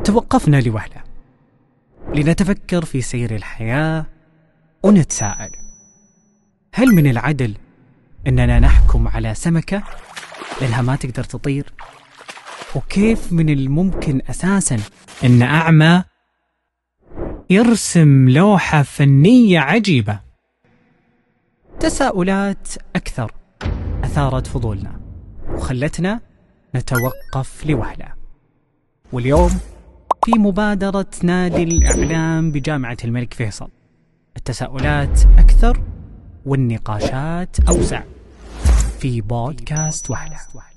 توقفنا لوهلة لنتفكر في سير الحياة ونتساءل: هل من العدل أننا نحكم على سمكة لأنها ما تقدر تطير؟ وكيف من الممكن أساساً أن أعمى يرسم لوحة فنية عجيبة؟ تساؤلات أكثر أثارت فضولنا وخلتنا نتوقف لوهلة. واليوم في مبادرة نادي الإعلام بجامعة الملك فيصل، التساؤلات أكثر والنقاشات أوسع في بودكاست وهلة.